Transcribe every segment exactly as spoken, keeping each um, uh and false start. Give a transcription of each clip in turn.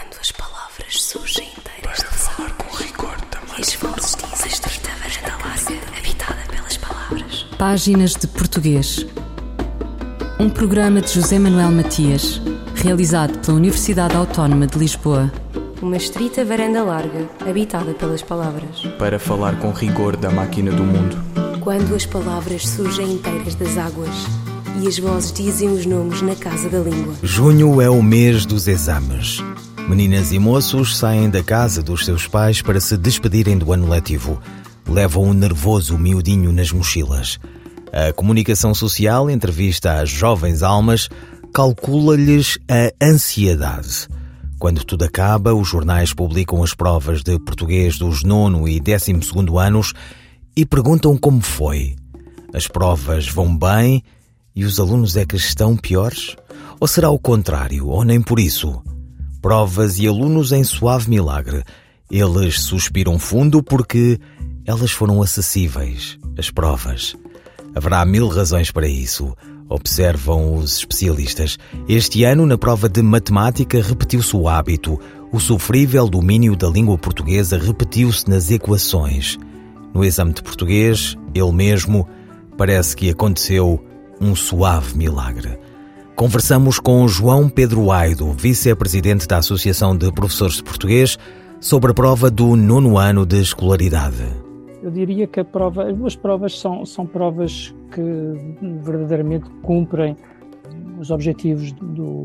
Quando as palavras surgem inteiras para falar com rigor também. E as vozes dizem estreita varanda larga, habitada pelas palavras. Páginas de Português. Um programa de José Manuel Matias, realizado pela Universidade Autónoma de Lisboa. Uma estreita varanda larga, habitada pelas palavras. Para falar com rigor da máquina do mundo. Quando as palavras surgem inteiras das águas e as vozes dizem os nomes na casa da língua. Junho é o mês dos exames. Meninas e moços saem da casa dos seus pais para se despedirem do ano letivo. Levam um nervoso miudinho nas mochilas. A comunicação social entrevista às jovens almas, calcula-lhes a ansiedade. Quando tudo acaba, os jornais publicam as provas de português dos nono e décimo segundo anos e perguntam como foi. As provas vão bem e os alunos é que estão piores? Ou será o contrário, ou nem por isso? Provas e alunos em suave milagre. Eles suspiram fundo porque elas foram acessíveis, as provas. Haverá mil razões para isso, observam os especialistas. Este ano, na prova de matemática, repetiu-se o hábito. O sofrível domínio da língua portuguesa repetiu-se nas equações. No exame de português, ele mesmo, parece que aconteceu um suave milagre. Conversamos com João Pedro Aido, vice-presidente da Associação de Professores de Português, sobre a prova do nono ano de escolaridade. Eu diria que a prova, as duas provas são, são provas que verdadeiramente cumprem os objetivos do,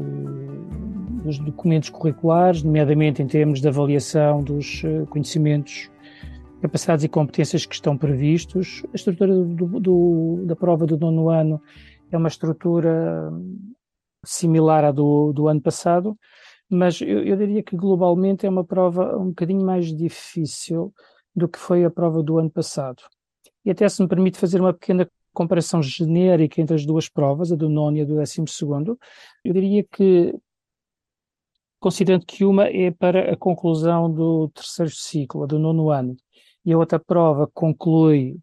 dos documentos curriculares, nomeadamente em termos de avaliação dos conhecimentos, capacidades e competências que estão previstos. A estrutura do, do, da prova do nono ano é uma estrutura similar à do, do ano passado, mas eu, eu diria que globalmente é uma prova um bocadinho mais difícil do que foi a prova do ano passado. E até se me permite fazer uma pequena comparação genérica entre as duas provas, a do nono e a do décimo segundo, eu diria que, considerando que uma é para a conclusão do terceiro ciclo, a do nono ano, e a outra prova conclui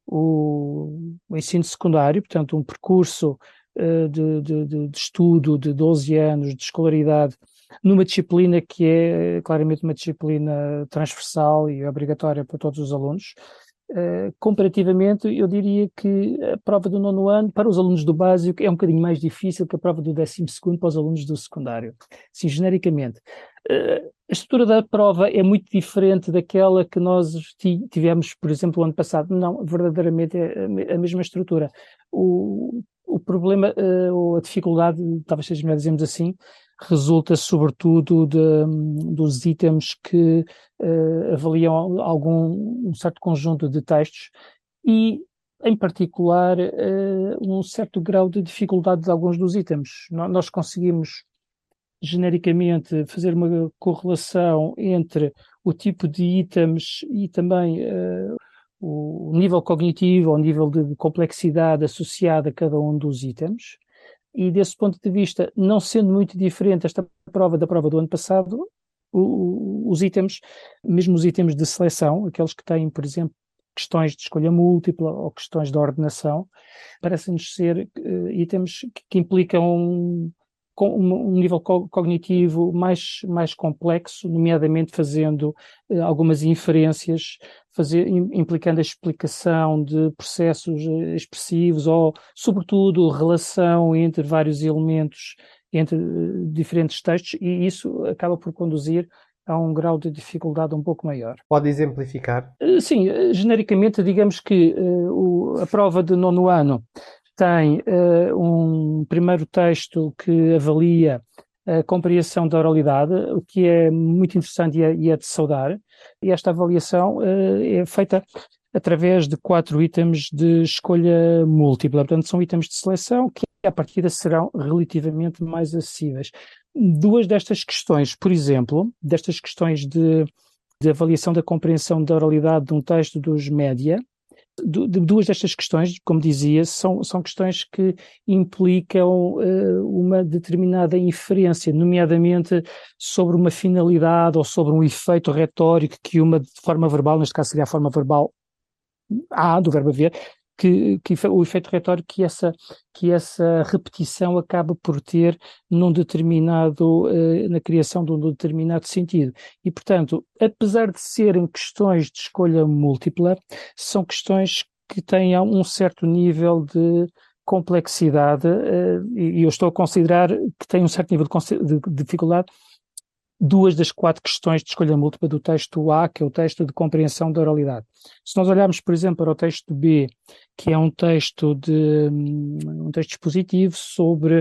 o, o ensino secundário, portanto um percurso uh, de, de, de, de estudo de doze anos de escolaridade numa disciplina que é claramente uma disciplina transversal e obrigatória para todos os alunos. Uh, comparativamente, eu diria que a prova do nono ano, para os alunos do básico, é um bocadinho mais difícil que a prova do décimo segundo para os alunos do secundário. Sim, genericamente. Uh, a estrutura da prova é muito diferente daquela que nós tivemos, por exemplo, o ano passado. Não, verdadeiramente é a mesma estrutura. O, o problema, uh, ou a dificuldade, talvez seja melhor dizermos assim, resulta sobretudo de, dos itens que uh, avaliam algum, um certo conjunto de textos e, em particular, uh, um certo grau de dificuldade de alguns dos itens. Nós conseguimos, genericamente, fazer uma correlação entre o tipo de itens e também uh, o nível cognitivo, ou o nível de complexidade associado a cada um dos itens. E desse ponto de vista, não sendo muito diferente esta prova da prova do ano passado, o, os itens, mesmo os itens de seleção, aqueles que têm, por exemplo, questões de escolha múltipla ou questões de ordenação, parecem-nos ser uh, itens que, que implicam um, um, um nível co- cognitivo mais, mais complexo, nomeadamente fazendo uh, algumas inferências, fazer, implicando a explicação de processos expressivos ou, sobretudo, relação entre vários elementos, entre uh, diferentes textos, e isso acaba por conduzir a um grau de dificuldade um pouco maior. Pode exemplificar? Uh, sim, uh, genericamente, digamos que uh, o, a prova de nono ano tem uh, um primeiro texto que avalia a compreensão da oralidade, o que é muito interessante e é, e é de saudar. E esta avaliação uh, é feita através de quatro itens de escolha múltipla. Portanto, são itens de seleção que, à partida, serão relativamente mais acessíveis. Duas destas questões, por exemplo, destas questões de, de avaliação da compreensão da oralidade de um texto dos média, de duas destas questões, como dizia, são, são questões que implicam uh, uma determinada inferência, nomeadamente sobre uma finalidade ou sobre um efeito retórico que uma forma verbal, neste caso seria a forma verbal A, do verbo haver, que, que o efeito retórico que essa, que essa repetição acaba por ter num determinado, uh, na criação de um determinado sentido. E, portanto, apesar de serem questões de escolha múltipla, são questões que têm um certo nível de complexidade, uh, e eu estou a considerar que têm um certo nível de, de dificuldade duas das quatro questões de escolha múltipla do texto A, que é o texto de compreensão da oralidade. Se nós olharmos, por exemplo, para o texto B, que é um texto de um texto expositivo sobre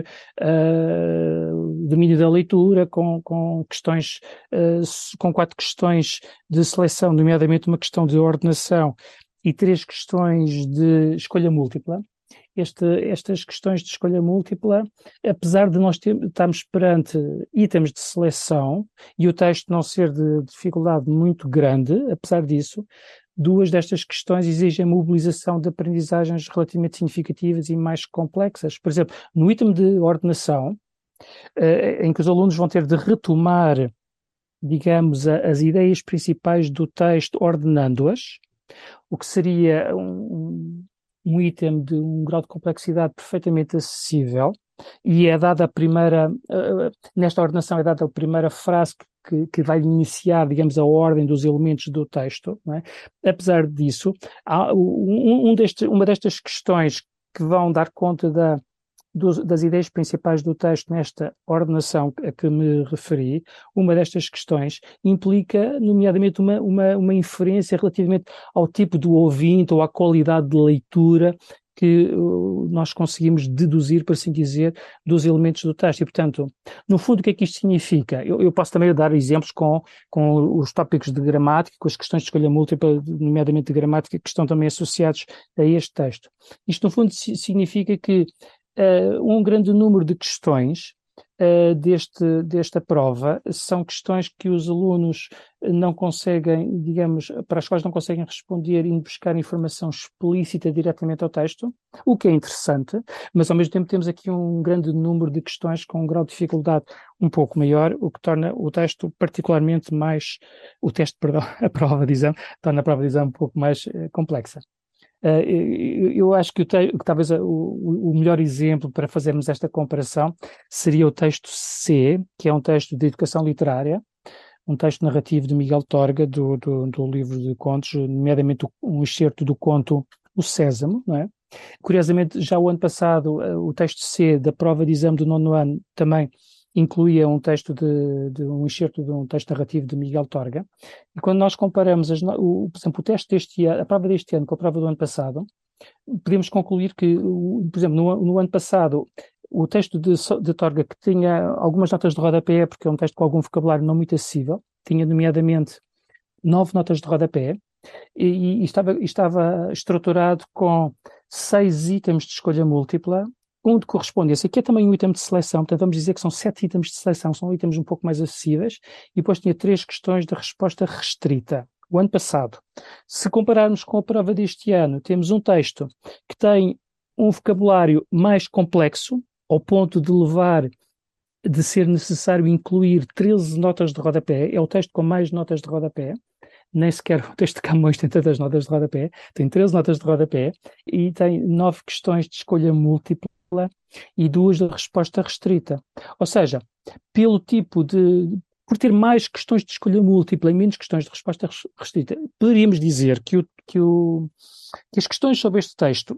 uh, o domínio da leitura, com, com questões, uh, com quatro questões de seleção, nomeadamente uma questão de ordenação e três questões de escolha múltipla. Este, estas questões de escolha múltipla, apesar de nós ter, estarmos perante itens de seleção e o texto não ser de dificuldade muito grande, apesar disso, duas destas questões exigem mobilização de aprendizagens relativamente significativas e mais complexas. Por exemplo, no item de ordenação, eh, em que os alunos vão ter de retomar, digamos, a, as ideias principais do texto ordenando-as, o que seria um, um item de um grau de complexidade perfeitamente acessível, e é dada a primeira, uh, nesta ordenação é dada a primeira frase que, que vai iniciar, digamos, a ordem dos elementos do texto, não é? Apesar disso, há um, um deste, uma destas questões que vão dar conta da Dos, das ideias principais do texto nesta ordenação a que me referi, uma destas questões implica, nomeadamente, uma, uma, uma inferência relativamente ao tipo do ouvinte ou à qualidade de leitura que uh, nós conseguimos deduzir, por assim dizer, dos elementos do texto. E, portanto, no fundo, o que é que isto significa? Eu, eu posso também dar exemplos com, com os tópicos de gramática, com as questões de escolha múltipla, nomeadamente de gramática, que estão também associados a este texto. Isto, no fundo, significa que Uh, um grande número de questões uh, deste, desta prova são questões que os alunos não conseguem, digamos, para as quais não conseguem responder e buscar informação explícita diretamente ao texto, o que é interessante, mas ao mesmo tempo temos aqui um grande número de questões com um grau de dificuldade um pouco maior, o que torna o texto particularmente mais, o texto, perdão, a prova de exame, torna a prova de exame um pouco mais uh, complexa. Uh, eu, eu acho que, o te, que talvez o, o melhor exemplo para fazermos esta comparação seria o texto C, que é um texto de educação literária, um texto narrativo de Miguel Torga, do, do, do livro de contos, nomeadamente um excerto do conto O Sésamo, não é? Curiosamente, já o ano passado, o texto C da prova de exame do nono ano também incluía um texto de, de um excerto de um texto narrativo de Miguel Torga, e quando nós comparamos, as, o, por exemplo, o teste deste ano, a prova deste ano com a prova do ano passado, podemos concluir que, por exemplo, no, no ano passado, o texto de, de Torga, que tinha algumas notas de rodapé, porque é um texto com algum vocabulário não muito acessível, tinha nomeadamente nove notas de rodapé, e, e estava, estava estruturado com seis itens de escolha múltipla, um de correspondência, que é também um item de seleção, portanto vamos dizer que são sete itens de seleção, são itens um pouco mais acessíveis, e depois tinha três questões de resposta restrita, o ano passado. Se compararmos com a prova deste ano, temos um texto que tem um vocabulário mais complexo, ao ponto de levar, de ser necessário incluir treze notas de rodapé, é o texto com mais notas de rodapé, nem sequer o texto de Camões tem tantas notas de rodapé, tem treze notas de rodapé, e tem nove questões de escolha múltipla, e duas de resposta restrita. Ou seja, pelo tipo de... por ter mais questões de escolha múltipla e menos questões de resposta restrita, poderíamos dizer que, o, que, o, que as questões sobre este texto,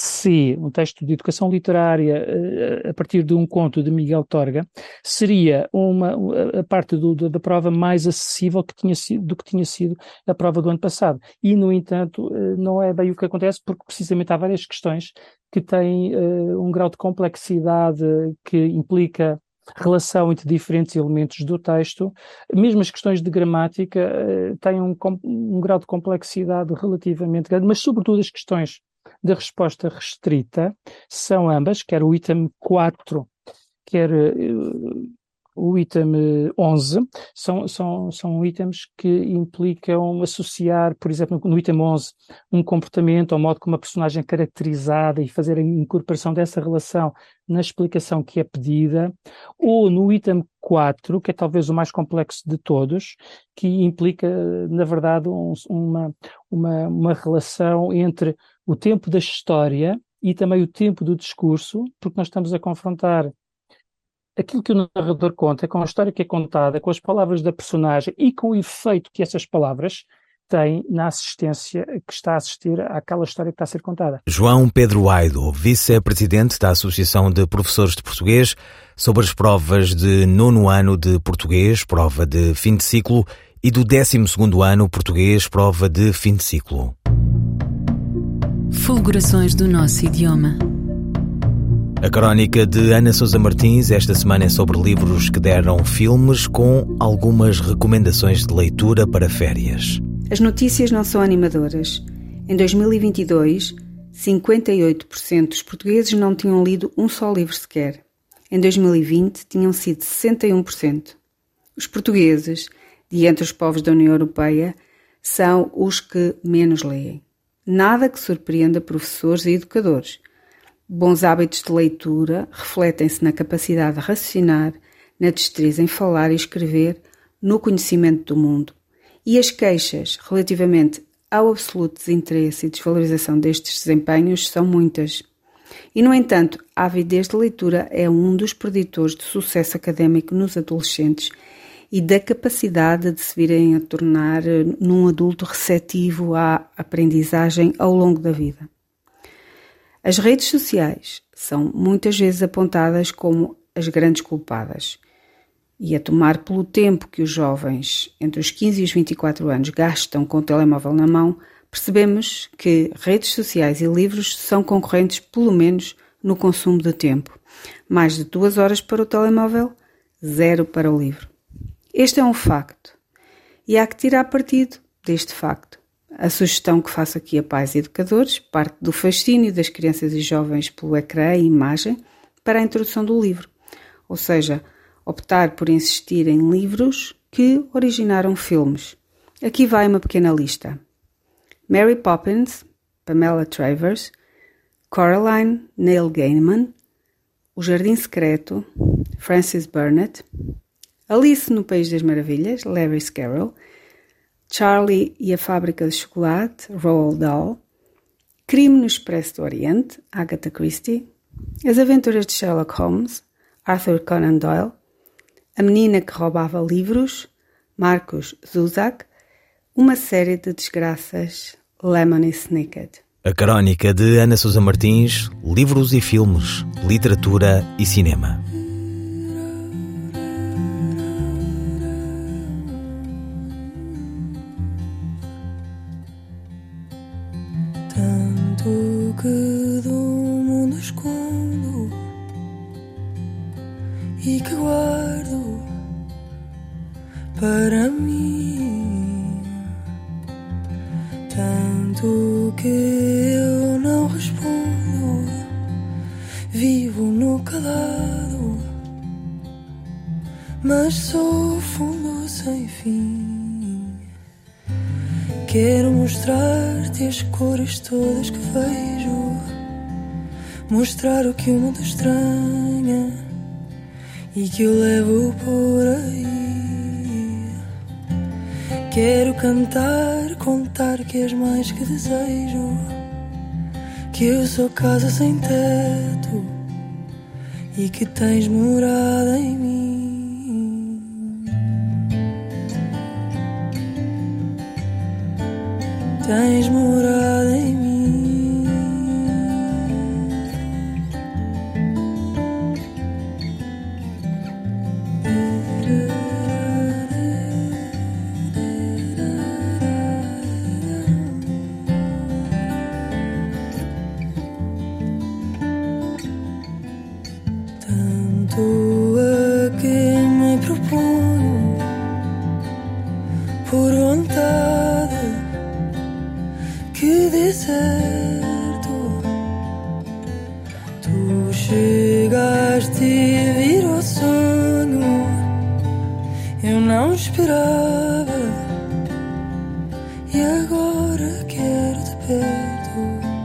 C, um texto de educação literária a partir de um conto de Miguel Torga, seria uma, a parte do, da prova mais acessível que tinha sido, do que tinha sido a prova do ano passado. E, no entanto, não é bem o que acontece, porque precisamente há várias questões que têm uh, um grau de complexidade que implica relação entre diferentes elementos do texto. Mesmo as questões de gramática uh, têm um, um grau de complexidade relativamente grande, mas sobretudo as questões da resposta restrita são ambas, quer o item quatro, quer uh, o item onze, são, são, são itens que implicam associar, por exemplo, no item onze, um comportamento ao modo como a personagem é caracterizada e fazer a incorporação dessa relação na explicação que é pedida, ou no item quatro, que é talvez o mais complexo de todos, que implica, na verdade, um, uma, uma, uma relação entre o tempo da história e também o tempo do discurso, porque nós estamos a confrontar aquilo que o narrador conta com a história que é contada, com as palavras da personagem e com o efeito que essas palavras têm na assistência que está a assistir àquela história que está a ser contada. João Pedro Aido, vice-presidente da Associação de Professores de Português, sobre as provas de nono ano de português, prova de fim de ciclo, e do décimo segundo ano português, prova de fim de ciclo. Fulgurações do nosso idioma. A crónica de Ana Sousa Martins esta semana é sobre livros que deram filmes, com algumas recomendações de leitura para férias. As notícias não são animadoras. Em dois mil e vinte e dois, cinquenta e oito por cento dos portugueses não tinham lido um só livro sequer. Em dois mil e vinte, tinham sido sessenta e um por cento. Os portugueses, de entre os povos da União Europeia, são os que menos leem. Nada que surpreenda professores e educadores. Bons hábitos de leitura refletem-se na capacidade de raciocinar, na destreza em falar e escrever, no conhecimento do mundo. E as queixas relativamente ao absoluto desinteresse e desvalorização destes desempenhos são muitas. E, no entanto, a avidez de leitura é um dos preditores de sucesso académico nos adolescentes e da capacidade de se virem a tornar num adulto receptivo à aprendizagem ao longo da vida. As redes sociais são muitas vezes apontadas como as grandes culpadas. E a tomar pelo tempo que os jovens entre os quinze e os vinte e quatro anos gastam com o telemóvel na mão, percebemos que redes sociais e livros são concorrentes pelo menos no consumo de tempo. Mais de duas horas para o telemóvel, zero para o livro. Este é um facto. E há que tirar partido deste facto. A sugestão que faço aqui a pais e educadores parte do fascínio das crianças e jovens pelo ecrã e imagem para a introdução do livro. Ou seja, optar por insistir em livros que originaram filmes. Aqui vai uma pequena lista. Mary Poppins, Pamela Travers, Coraline, Neil Gaiman, O Jardim Secreto, Frances Burnett, Alice no País das Maravilhas, Lewis Carroll, Charlie e a Fábrica de Chocolate, Roald Dahl, Crime no Expresso do Oriente, Agatha Christie, As Aventuras de Sherlock Holmes, Arthur Conan Doyle, A Menina que Roubava Livros, Marcus Zusak, Uma Série de Desgraças, Lemony Snicket. A crónica de Ana Sousa Martins, livros e filmes, literatura e cinema. Tanto que do mundo escondo e que guardo para mim, tanto que eu não respondo, vivo no calado, mas sou fundo sem fim. Quero mostrar-te as cores todas que vejo, mostrar o que o mundo estranha e que eu levo por aí. Quero cantar, contar que és mais que desejo, que eu sou casa sem teto e que tens morada em mim. Tens morada em mim. Tanto a que me proponho por vontade que dê certo. Tu chegaste e vir ao sonho, eu não esperava e agora quero-te perto.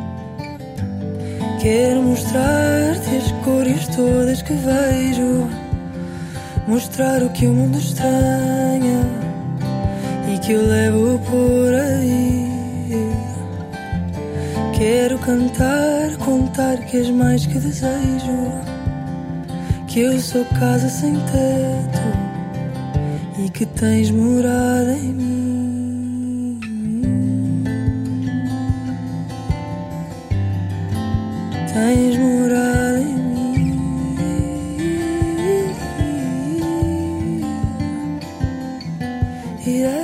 Quero mostrar-te as cores todas que vejo, mostrar o que o mundo estranha e que eu levo por aí. Quero cantar, contar que és mais que desejo, que eu sou casa sem teto e que tens morada em mim. Tens morada em mim. Yeah.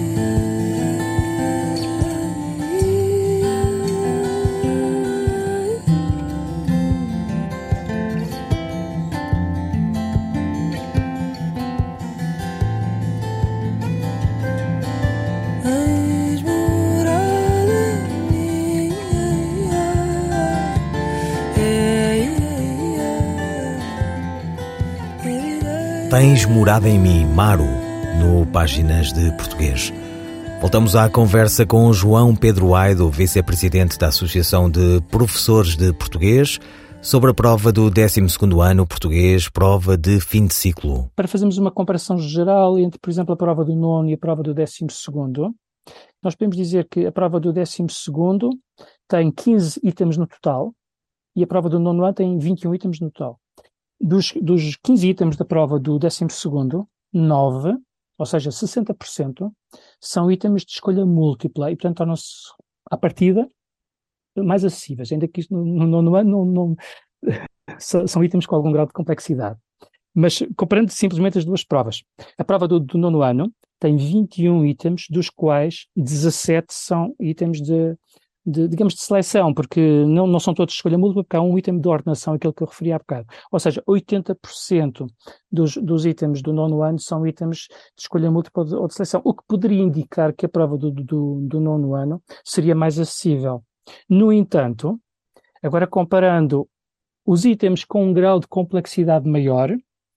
Tens morada em mim, Maru, no Páginas de Português. Voltamos à conversa com João Pedro Aido, vice-presidente da Associação de Professores de Português, sobre a prova do décimo segundo ano português, prova de fim de ciclo. Para fazermos uma comparação geral entre, por exemplo, a prova do nono e a prova do décimo segundo, nós podemos dizer que a prova do décimo segundo tem quinze itens no total e a prova do nono ano tem vinte e um itens no total. Dos, dos quinze itens da prova do décimo segundo, nove, ou seja, sessenta por cento, são itens de escolha múltipla e, portanto, tornam-se, à partida, mais acessíveis, ainda que isto no nono ano não, não, são itens com algum grau de complexidade. Mas, comparando simplesmente as duas provas, a prova do, do nono ano tem vinte e um itens, dos quais dezassete são itens de, de, digamos, de seleção, porque não, não são todos de escolha múltipla, porque há um item de ordenação, aquele que eu referi há bocado. Ou seja, oitenta por cento dos, dos itens do nono ano são itens de escolha múltipla ou de seleção, o que poderia indicar que a prova do, do, do nono ano seria mais acessível. No entanto, agora comparando os itens com um grau de complexidade maior,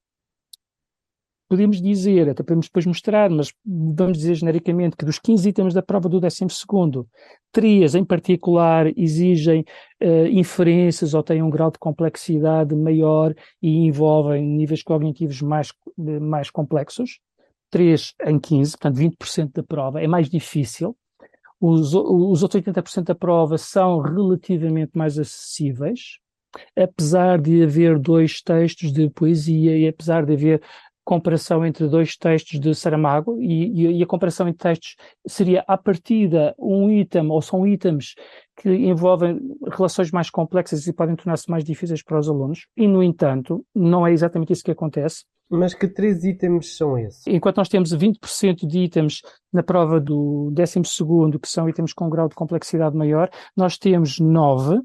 podemos dizer, até podemos depois mostrar, mas vamos dizer genericamente que dos quinze itens da prova do décimo segundo, três em particular exigem uh, inferências ou têm um grau de complexidade maior e envolvem níveis cognitivos mais, mais complexos. três em quinze, portanto vinte por cento da prova, é mais difícil. Os, os outros oitenta por cento da prova são relativamente mais acessíveis, apesar de haver dois textos de poesia e apesar de haver comparação entre dois textos de Saramago e, e, e a comparação entre textos seria, à partida, um item, ou são itens que envolvem relações mais complexas e podem tornar-se mais difíceis para os alunos. E, no entanto, não é exatamente isso que acontece. Mas que três itens são esses? Enquanto nós temos vinte por cento de itens na prova do décimo segundo, que são itens com um grau de complexidade maior, nós temos nove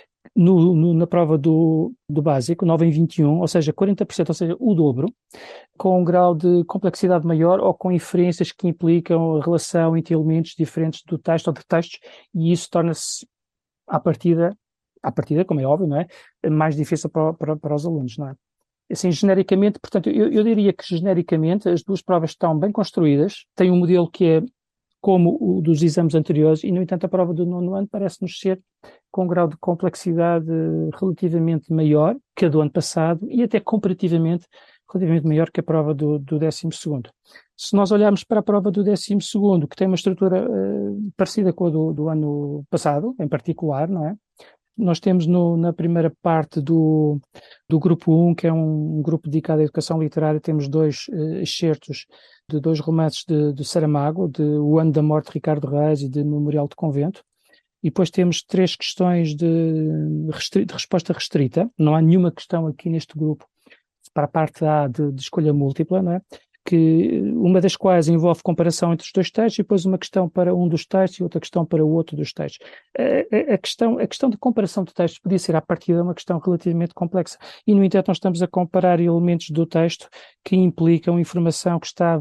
no, no, na prova do, do básico, nove em vinte e um, ou seja, quarenta por cento, ou seja, o dobro, com um grau de complexidade maior ou com inferências que implicam a relação entre elementos diferentes do texto ou de textos, e isso torna-se, à partida, à partida, como é óbvio, não é? Mais difícil para, para, para os alunos, não é? Assim, genericamente, portanto, eu, eu diria que genericamente as duas provas estão bem construídas, tem um modelo que é como o dos exames anteriores e, no entanto, a prova do nono ano parece-nos ser com um grau de complexidade relativamente maior que a do ano passado e até comparativamente relativamente maior que a prova do, do décimo segundo. Se nós olharmos para a prova do décimo segundo, que tem uma estrutura uh, parecida com a do, do ano passado, em particular, não é? Nós temos no, na primeira parte do, do grupo um, que é um, um grupo dedicado à educação literária, temos dois uh, excertos de dois romances de, de Saramago, de O Ano da Morte de Ricardo Reis e de Memorial de Convento, e depois temos três questões de, restri- de resposta restrita. Não há nenhuma questão aqui neste grupo para a parte A de, de escolha múltipla, não é? Que uma das quais envolve comparação entre os dois textos e depois uma questão para um dos textos e outra questão para o outro dos textos. A, a, a, questão, a questão de comparação de textos podia ser, à partida, uma questão relativamente complexa e, no entanto, nós estamos a comparar elementos do texto que implicam informação que está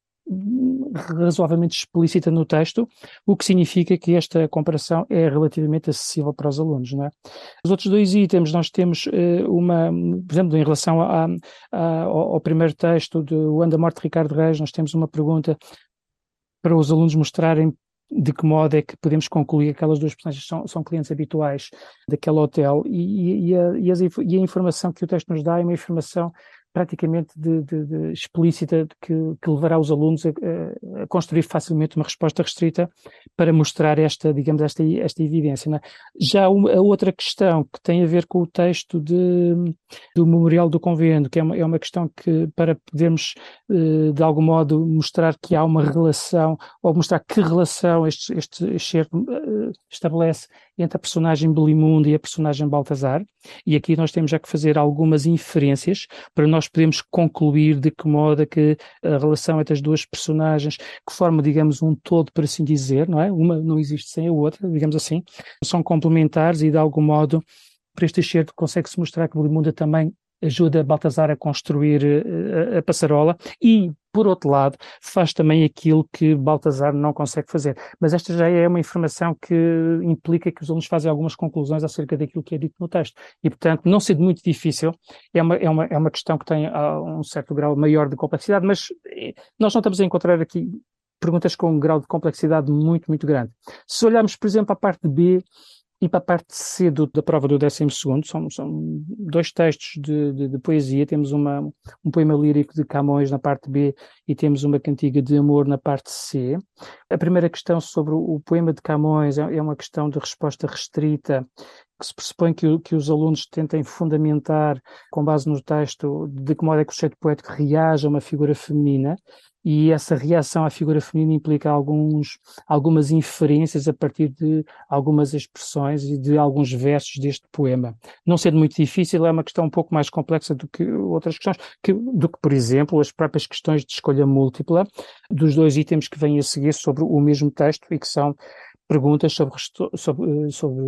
razoavelmente explícita no texto, o que significa que esta comparação é relativamente acessível para os alunos, não é? Os outros dois itens, nós temos uh, uma, por exemplo, em relação a, a, ao, ao primeiro texto de O Ano da Morte de Ricardo Reis, nós temos uma pergunta para os alunos mostrarem de que modo é que podemos concluir que aquelas duas personagens são, são clientes habituais daquele hotel e, e, a, e, as, e a informação que o texto nos dá é uma informação praticamente de, de, de explícita de que, que levará os alunos a, a construir facilmente uma resposta restrita para mostrar esta, digamos, esta, esta evidência. Não é? Já a outra questão que tem a ver com o texto de, do Memorial do Convento, que é uma, é uma questão que, para podermos, de algum modo, mostrar que há uma relação, ou mostrar que relação este, este excerto estabelece entre a personagem Belimunda e a personagem Baltazar, e aqui nós temos já que fazer algumas inferências para nós podermos concluir de que modo é que a relação entre as duas personagens, que forma, digamos, um todo, por assim dizer, não é? Uma não existe sem a outra, digamos assim, são complementares e, de algum modo, para este excerto consegue-se mostrar que Belimunda também ajuda Baltazar a construir a, a passarola e, por outro lado, faz também aquilo que Baltazar não consegue fazer. Mas esta já é uma informação que implica que os alunos fazem algumas conclusões acerca daquilo que é dito no texto. E, portanto, não sendo muito difícil, é uma, é uma, é uma questão que tem uh, um certo grau maior de complexidade, mas nós não estamos a encontrar aqui perguntas com um grau de complexidade muito, muito grande. Se olharmos, por exemplo, à parte B e para a parte C do, da prova do décimo segundo, são, são dois textos de, de, de poesia. Temos uma, um poema lírico de Camões na parte B e temos uma cantiga de amor na parte C. A primeira questão sobre o, o poema de Camões é, é uma questão de resposta restrita, que se pressupõe que, que os alunos tentem fundamentar, com base no texto, de que modo é que o sujeito poético reage a uma figura feminina, e essa reação à figura feminina implica alguns, algumas inferências a partir de algumas expressões e de alguns versos deste poema. Não sendo muito difícil, é uma questão um pouco mais complexa do que outras questões, que, do que, por exemplo, as próprias questões de escolha múltipla dos dois itens que vêm a seguir sobre o mesmo texto e que são perguntas sobre, sobre, sobre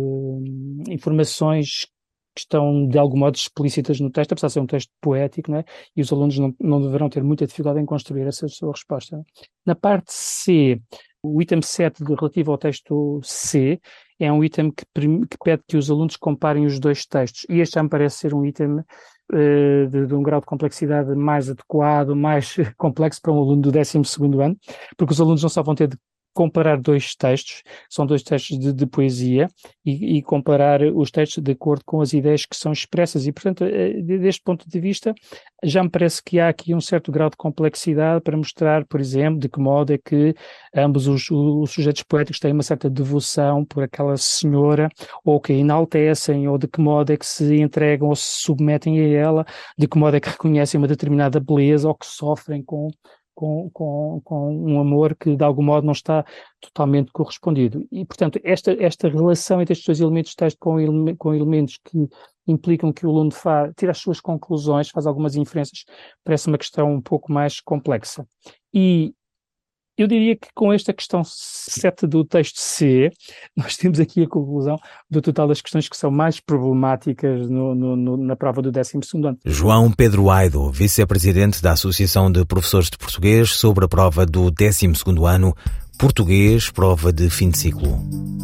informações que estão de algum modo explícitas no texto, apesar de ser um texto poético, não é? E os alunos não, não deverão ter muita dificuldade em construir essa sua resposta. Na parte C, o item sete relativo ao texto C é um item que, que pede que os alunos comparem os dois textos, e este já me parece ser um item uh, de, de um grau de complexidade mais adequado, mais complexo para um aluno do décimo segundo ano, porque os alunos não só vão ter de comparar dois textos, são dois textos de, de poesia, e, e comparar os textos de acordo com as ideias que são expressas, e portanto, deste ponto de vista, já me parece que há aqui um certo grau de complexidade para mostrar, por exemplo, de que modo é que ambos os, os sujeitos poéticos têm uma certa devoção por aquela senhora, ou que a enaltecem, ou de que modo é que se entregam ou se submetem a ela, de que modo é que reconhecem uma determinada beleza, ou que sofrem com Com, com, com um amor que de algum modo não está totalmente correspondido. E, portanto, esta, esta relação entre estes dois elementos de texto com, ele, com elementos que implicam que o aluno faz, tira as suas conclusões, faz algumas inferências, parece uma questão um pouco mais complexa. E eu diria que com esta questão sete do texto C, nós temos aqui a conclusão do total das questões que são mais problemáticas no, no, no, na prova do décimo segundo ano. João Pedro Aido, vice-presidente da Associação de Professores de Português, sobre a prova do décimo segundo ano, Português, prova de fim de ciclo.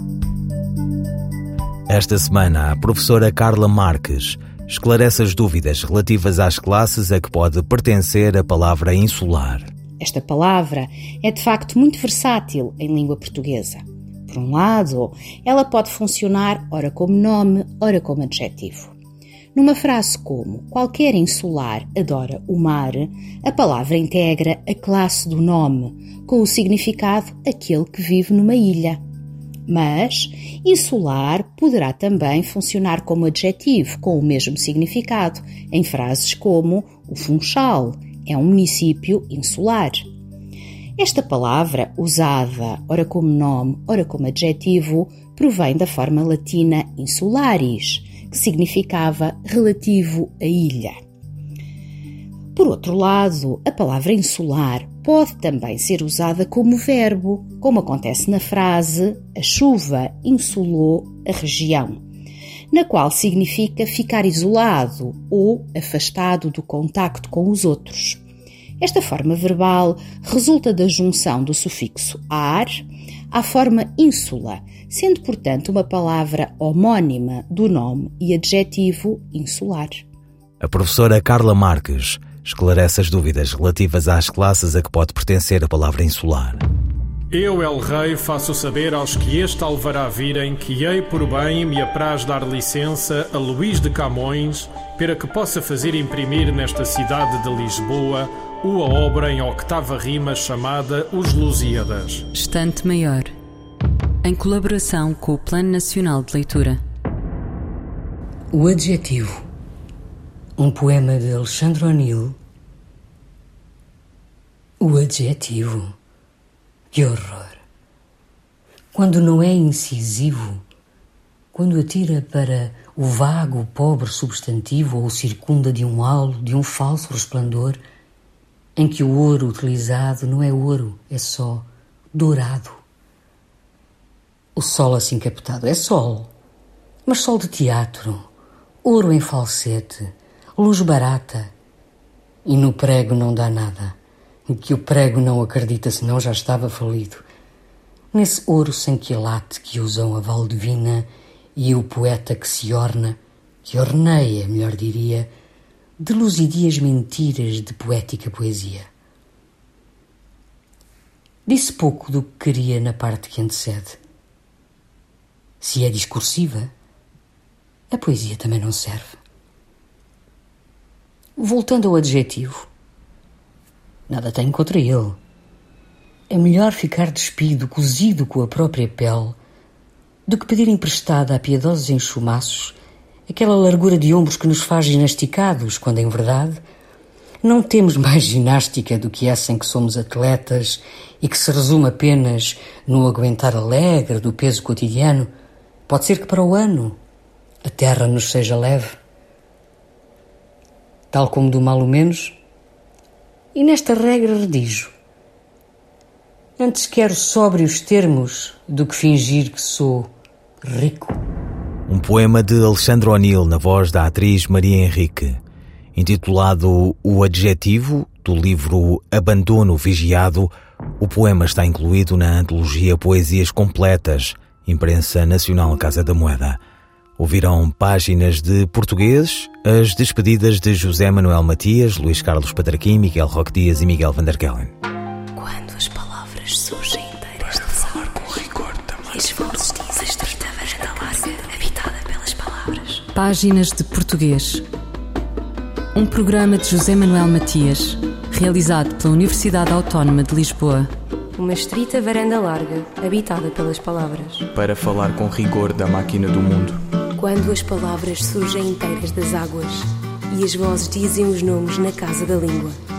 Esta semana, a professora Carla Marques esclarece as dúvidas relativas às classes a que pode pertencer a palavra insular. Esta palavra é de facto muito versátil em língua portuguesa. Por um lado, ela pode funcionar ora como nome, ora como adjetivo. Numa frase como qualquer insular adora o mar, a palavra integra a classe do nome, com o significado aquele que vive numa ilha. Mas insular poderá também funcionar como adjetivo, com o mesmo significado, em frases como o Funchal é um município insular. Esta palavra, usada ora como nome, ora como adjetivo, provém da forma latina insularis, que significava relativo à ilha. Por outro lado, a palavra insular pode também ser usada como verbo, como acontece na frase a chuva insulou a região, na qual significa ficar isolado ou afastado do contacto com os outros. Esta forma verbal resulta da junção do sufixo ar à forma ínsula, sendo, portanto, uma palavra homónima do nome e adjetivo insular. A professora Carla Marques esclarece as dúvidas relativas às classes a que pode pertencer a palavra insular. Eu, El Rei, faço saber aos que este alvará virem que hei por bem me apraz dar licença a Luís de Camões para que possa fazer imprimir nesta cidade de Lisboa uma obra em octava rima chamada Os Lusíadas. Estante Maior. em colaboração com o Plano Nacional de Leitura. O Adjetivo, um poema de Alexandre O'Neill. O adjetivo, que horror! Quando não é incisivo, quando atira para o vago, pobre substantivo ou circunda de um halo, de um falso resplendor, em que o ouro utilizado não é ouro, é só dourado. O sol assim captado é sol, mas sol de teatro, ouro em falsete, luz barata. E no prego não dá nada, que o prego não acredita, senão já estava falido. Nesse ouro sem quilate que usam a Valdivina e o poeta que se orna, que orneia, melhor diria, de luzidias mentiras de poética poesia. Disse pouco do que queria na parte que antecede. Se é discursiva, a poesia também não serve. Voltando ao adjetivo, nada tenho contra ele. É melhor ficar despido, cozido com a própria pele, do que pedir emprestada a piedosos enxumaços aquela largura de ombros que nos faz ginasticados, quando, em verdade, não temos mais ginástica do que essa em que somos atletas e que se resume apenas no aguentar alegre do peso cotidiano. Pode ser que para o ano a terra nos seja leve, tal como do mal o menos, e nesta regra redijo: antes quero sóbrios termos do que fingir que sou rico. Um poema de Alexandre O'Neill na voz da atriz Maria Henrique, intitulado O Adjetivo, do livro Abandono Vigiado. O poema está incluído na antologia Poesias Completas, imprensa nacional Casa da Moeda. Ouvirão páginas de português, as despedidas de José Manuel Matias, Luís Carlos Patraquim, Miguel Roque Dias e Miguel van der Kellen. Quando as palavras surgem inteiras de falar com rigor também. E as vozes dizem estreita varanda larga, habitada pelas palavras. Páginas de português. Um programa de José Manuel Matias, realizado pela Universidade Autónoma de Lisboa. Uma estreita varanda larga, habitada pelas palavras. Para falar com rigor da máquina do mundo. Quando as palavras surgem inteiras das águas e as vozes dizem os nomes na casa da língua.